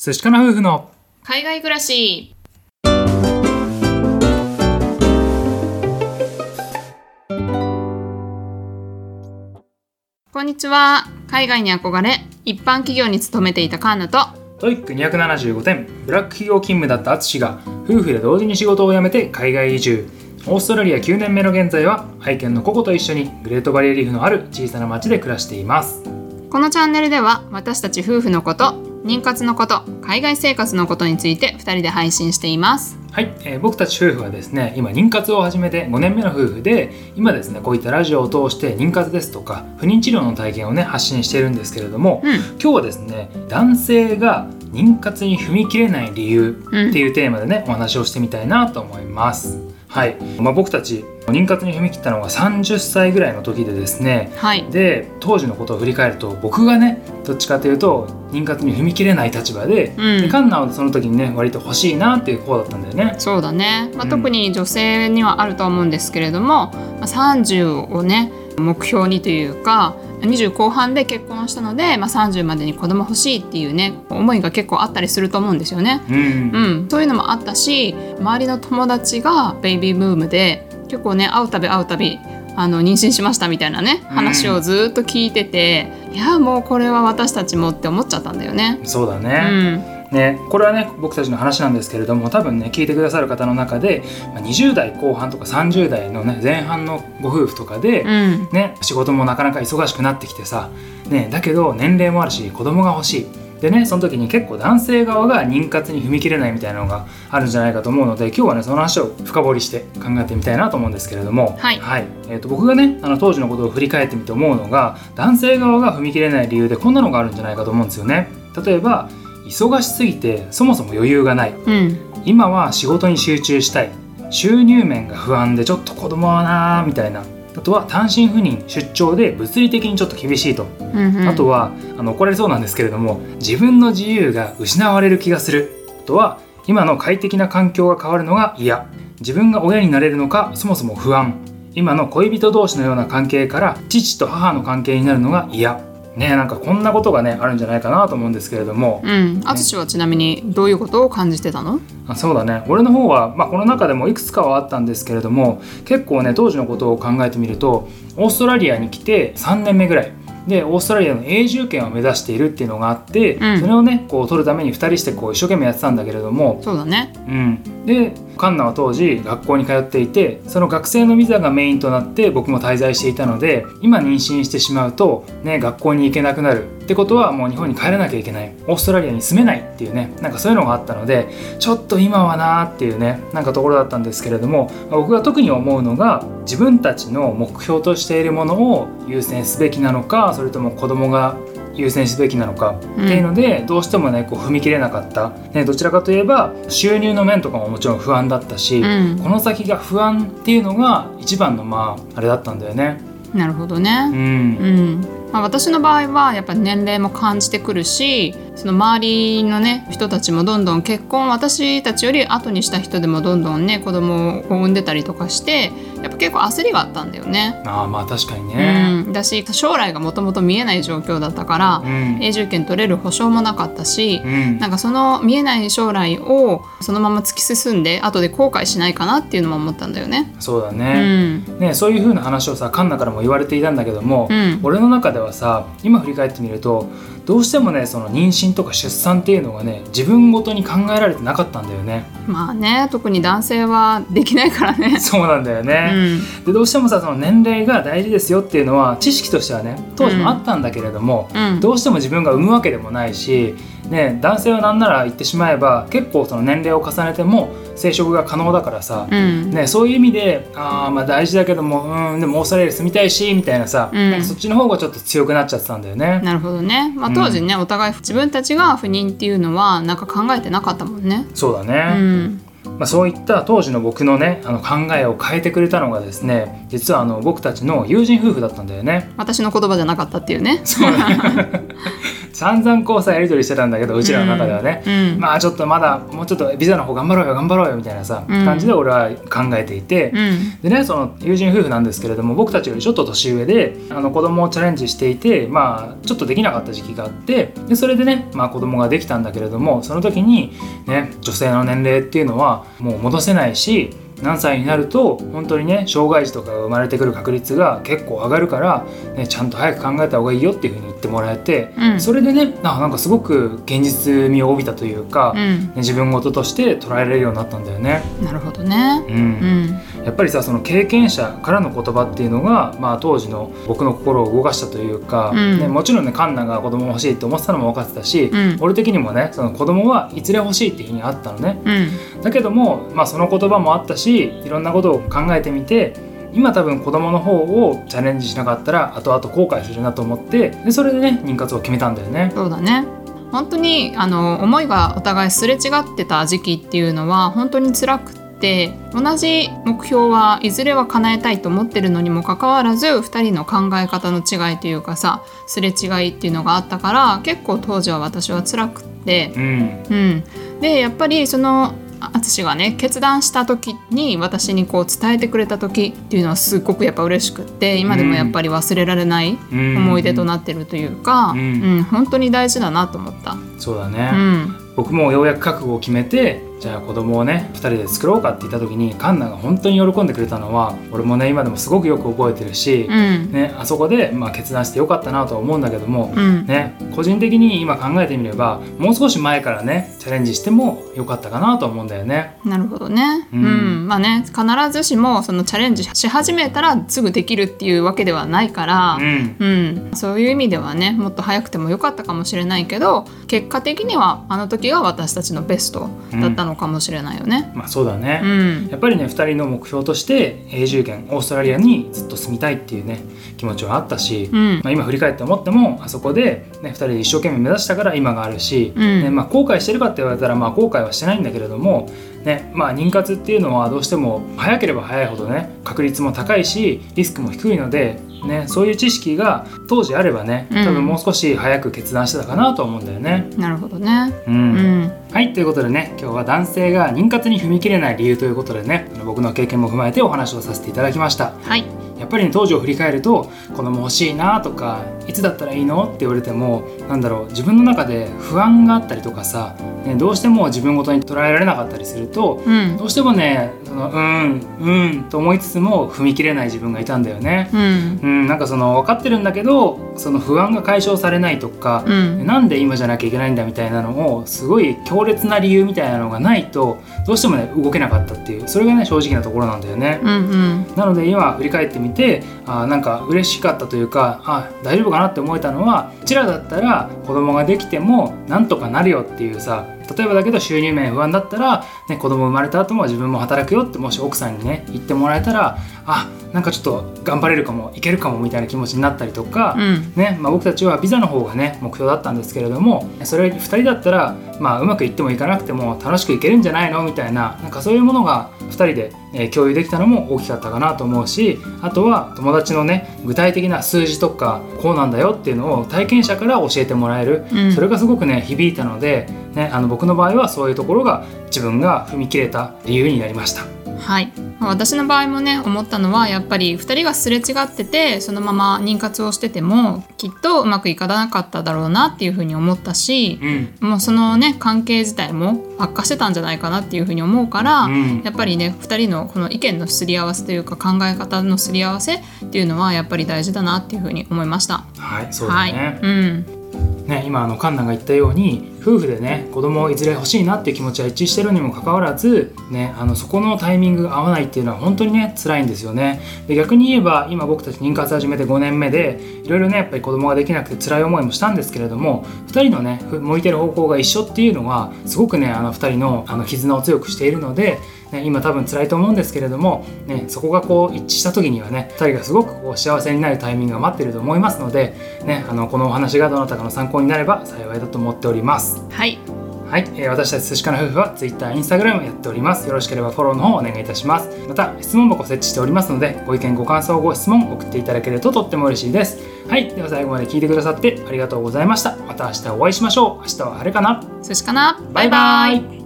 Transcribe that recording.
寿司かな夫婦の海外暮らし。こんにちは。海外に憧れ一般企業に勤めていたカンナと、 トイック275点ブラック企業勤務だった淳が夫婦で同時に仕事を辞めて海外移住。オーストラリア9年目の現在は愛犬のココと一緒にグレートバリアリーフのある小さな町で暮らしています。 このチャンネルでは私たち夫婦のこと、妊活のこと、海外生活のことについて2人で配信しています。 はい、僕たち夫婦はですね、今妊活を始めて5年目の夫婦で、今ですねこういったラジオを通して妊活ですとか不妊治療の体験をね発信しているんですけれども、今日はですね、男性が妊活に踏み切れない理由っていうテーマでね、お話をしてみたいなと思います。はい、僕たち妊活に踏み切ったのが30歳ぐらいの時でですね、 はい、 で当時のことを振り返ると、僕がねどっちかというと妊活に踏み切れない立場で、でカンナはその時にね割と欲しいなっていう方だったんだよね。 そうだね、特に女性にはあると思うんですけれども、30をね目標にというか20後半で結婚したので、30までに子供欲しいっていうね思いが結構あったりすると思うんですよね。そういうのもあったし、周りの友達がベイビーブームで結構ね会うたび妊娠しましたみたいなね話をずっと聞いてて、いやもうこれは私たちもって思っちゃったんだよね。 そうだね、これはね僕たちの話なんですけれども、多分ね聞いてくださる方の中で、20代後半とか30代の、ね、前半のご夫婦とかで、仕事もなかなか忙しくなってきてさ、だけど年齢もあるし子供が欲しいでね、その時に結構男性側が妊活に踏み切れないみたいなのがあるんじゃないかと思うので、今日はねその話を深掘りして考えてみたいなと思うんですけれども、僕がね当時のことを振り返ってみて思うのが、男性側が踏み切れない理由でこんなのがあるんじゃないかと思うんですよね。例えば忙しすぎてそもそも余裕がない、今は仕事に集中したい、収入面が不安でちょっと子供はなみたいな、あとは単身赴任出張で物理的にちょっと厳しいと、あとは怒られそうなんですけれども、自分の自由が失われる気がする、あとは今の快適な環境が変わるのが嫌、自分が親になれるのかそもそも不安、今の恋人同士のような関係から父と母の関係になるのが嫌なんかこんなことがねあるんじゃないかなと思うんですけれども、 淳はちなみにどういうことを感じてたの？ そうだね、俺の方は、この中でもいくつかはあったんですけれども、結構ね当時のことを考えてみると、オーストラリアに来て3年目ぐらいでオーストラリアの永住権を目指しているっていうのがあって、それをねこう取るために2人してこう一生懸命やってたんだけれども、 そうだね、 でカンナは当時学校に通っていて、その学生のビザがメインとなって僕も滞在していたので、今妊娠してしまうと、学校に行けなくなるってことはもう日本に帰らなきゃいけない、オーストラリアに住めないっていうね、なんかそういうのがあったので、ちょっと今はなーっていうねなんかところだったんですけれども、僕が特に思うのが、自分たちの目標としているものを優先すべきなのか、それとも子供が優先すべきなのかっていうので、どうしてもねこう踏み切れなかった、どちらかといえば収入の面とかももちろん不安だったし、この先が不安っていうのが一番のあれだったんだよね。 なるほどね。私の場合はやっぱり年齢も感じてくるし、その周りのね人たちもどんどん結婚、私たちより後にした人でもどんどんね子供を産んでたりとかして、やっぱ結構焦りがあったんだよね。 確かにね、 だし将来がもともと見えない状況だったから、永住権取れる保証もなかったし、なんかその見えない将来をそのまま突き進んで後で後悔しないかなっていうのも思ったんだよね。 そうだね、そういう風な話をさカンナからも言われていたんだけども、俺の中ではさ今振り返ってみると、どうしてもねその妊娠とか出産っていうのがね自分ごとに考えられてなかったんだよね。 特に男性はできないからね。 そうなんだよね、でどうしてもさその年齢が大事ですよっていうのは知識としてはね当時もあったんだけれども、どうしても自分が産むわけでもないし、男性はなんなら言ってしまえば結構その年齢を重ねても生殖が可能だからさ、そういう意味で大事だけども、でもオーストラリアに住みたいしみたいなさ、なんかそっちの方がちょっと強くなっちゃってたんだよね。 なるほどね、当時ね、お互い自分たちが不妊っていうのはなんか考えてなかったもんね。 そうだね、そういった当時の僕のね考えを変えてくれたのがですね、実は僕たちの友人夫婦だったんだよね。 私の言葉じゃなかったっていうね。 そうだね散々こうさやり取りしてたんだけど、うちらの中ではね、まあちょっとまだもうちょっとビザの方頑張ろうよみたいなさ、感じで俺は考えていて、でね、その友人夫婦なんですけれども、僕たちよりちょっと年上で子供をチャレンジしていて、まあちょっとできなかった時期があって、でそれでね、まあ子供ができたんだけれども、その時にね、女性の年齢っていうのはもう戻せないし、何歳になると本当にね、障害児とかが生まれてくる確率が結構上がるから、ね、ちゃんと早く考えた方がいいよっていう風に言ってもらえて、それでね、なんかすごく現実味を帯びたというか、自分事として捉えられるようになったんだよね。 なるほどね。 やっぱりさ、その経験者からの言葉っていうのが、まあ、当時の僕の心を動かしたというか、ね、もちろんね、カンナが子供欲しいって思ってたのも分かってたし、俺的にもね、その子供はいずれ欲しいっていう日にあったのね。だけども、まあ、その言葉もあったし、いろんなことを考えてみて、今多分子供の方をチャレンジしなかったら後々後悔するなと思って、でそれでね、妊活を決めたんだよね。 そうだね。本当に思いがお互いすれ違ってた時期っていうのは本当に辛くて、同じ目標はいずれは叶えたいと思ってるのにもかかわらず、2人の考え方の違いというかさ、すれ違いっていうのがあったから、結構当時は私は辛くって、でやっぱりその私がね、決断した時に私にこう伝えてくれた時っていうのはすごくやっぱ嬉しくって、今でもやっぱり忘れられない思い出となってるというか、本当に大事だなと思った。 そうだね、僕もようやく覚悟を決めて、じゃあ子供をね2人で作ろうかって言った時に、カンナが本当に喜んでくれたのは、俺もね今でもすごくよく覚えてるし、ね、あそこでまあ決断してよかったなとは思うんだけども、ね、個人的に今考えてみれば、もう少し前からねチャレンジしてもよかったかなと思うんだよね。 なるほどね。まあね、必ずしもそのチャレンジし始めたらすぐできるっていうわけではないから、そういう意味ではね、もっと早くてもよかったかもしれないけど、結果的にはあの時が私たちのベストだったのかもしれないよね。 まあそうだね、やっぱりね、2人の目標として永住権オーストラリアにずっと住みたいっていうね気持ちはあったし、まあ、今振り返って思っても、あそこで、ね、2人で一生懸命目指したから今があるし、ね、まあ、後悔してるかって言われたら、まあ後悔はしてないんだけれども、ね、まあ、妊活っていうのはどうしても早ければ早いほどね、確率も高いしリスクも低いので、ね、そういう知識が当時あればね、多分もう少し早く決断してたかなと思うんだよね。 なるほどね。 はい、ということでね、今日は男性が妊活に踏み切れない理由ということでね、僕の経験も踏まえてお話をさせていただきました。 はい。 やっぱり、ね、当時を振り返ると、子供欲しいなとか、いつだったらいいのって言われても、なんだろう、自分の中で不安があったりとかさ、ね、どうしても自分ごとに捉えられなかったりすると、どうしてもね、と思いつつも踏み切れない自分がいたんだよね。なんかその分かってるんだけど、その不安が解消されないとか、なんで今じゃなきゃいけないんだみたいなのを、すごい強烈な理由みたいなのがないとどうしてもね動けなかったっていう、それがね正直なところなんだよね。なので今振り返ってみて、なんか嬉しかったというか、大丈夫かなって思えたのは、うちらだったら子供ができてもなんとかなるよっていうさ、例えばだけど収入面不安だったら、ね、子供生まれた後も自分も働くよってもし奥さんにね言ってもらえたら、なんかちょっと頑張れるかも、いけるかもみたいな気持ちになったりとか、ね、まあ、僕たちはビザの方がね目標だったんですけれども、それ2人だったら、まあ、うまくいってもいかなくても楽しくいけるんじゃないのみたいな、なんかそういうものが2人で共有できたのも大きかったかなと思うし、あとは友達のね具体的な数字とかこうなんだよっていうのを体験者から教えてもらえる、それがすごくね響いたので、ね、僕の場合はそういうところが自分が踏み切れた理由になりました。 はい、私の場合もね思ったのは、やっぱり2人がすれ違ってて、そのまま妊活をしててもきっとうまくいかなかっただろうなっていうふうに思ったし、もうそのね関係自体も悪化してたんじゃないかなっていうふうに思うから、やっぱりね2人のこの意見のすり合わせというか考え方のすり合わせっていうのはやっぱり大事だなっていうふうに思いました。 はい、そうだね。ね、今カンナが言ったように、夫婦でね子供をいずれ欲しいなっていう気持ちは一致してるにもかかわらず、ね、そこのタイミングが合わないっていうのは本当にね辛いんですよね。で逆に言えば、今僕たち妊活始めて5年目でいろいろねやっぱり子供ができなくて辛い思いもしたんですけれども、2人のね向いてる方向が一緒っていうのはすごくね2人の絆を強くしているので、今多分辛いと思うんですけれども、ね、そこがこう一致した時にはね2人がすごくこう幸せになるタイミングが待っていると思いますので、ね、このお話がどなたかの参考になれば幸いだと思っております。 はい、 はい、私たち寿司かな夫婦は Twitter、Instagram やっております。よろしければフォローの方お願いいたします。また質問箱設置しておりますので、ご意見ご感想ご質問送っていただけるととっても嬉しいです。はい、では最後まで聞いてくださってありがとうございました。また明日お会いしましょう。明日は晴れかな。 寿司かな。 バイバイ。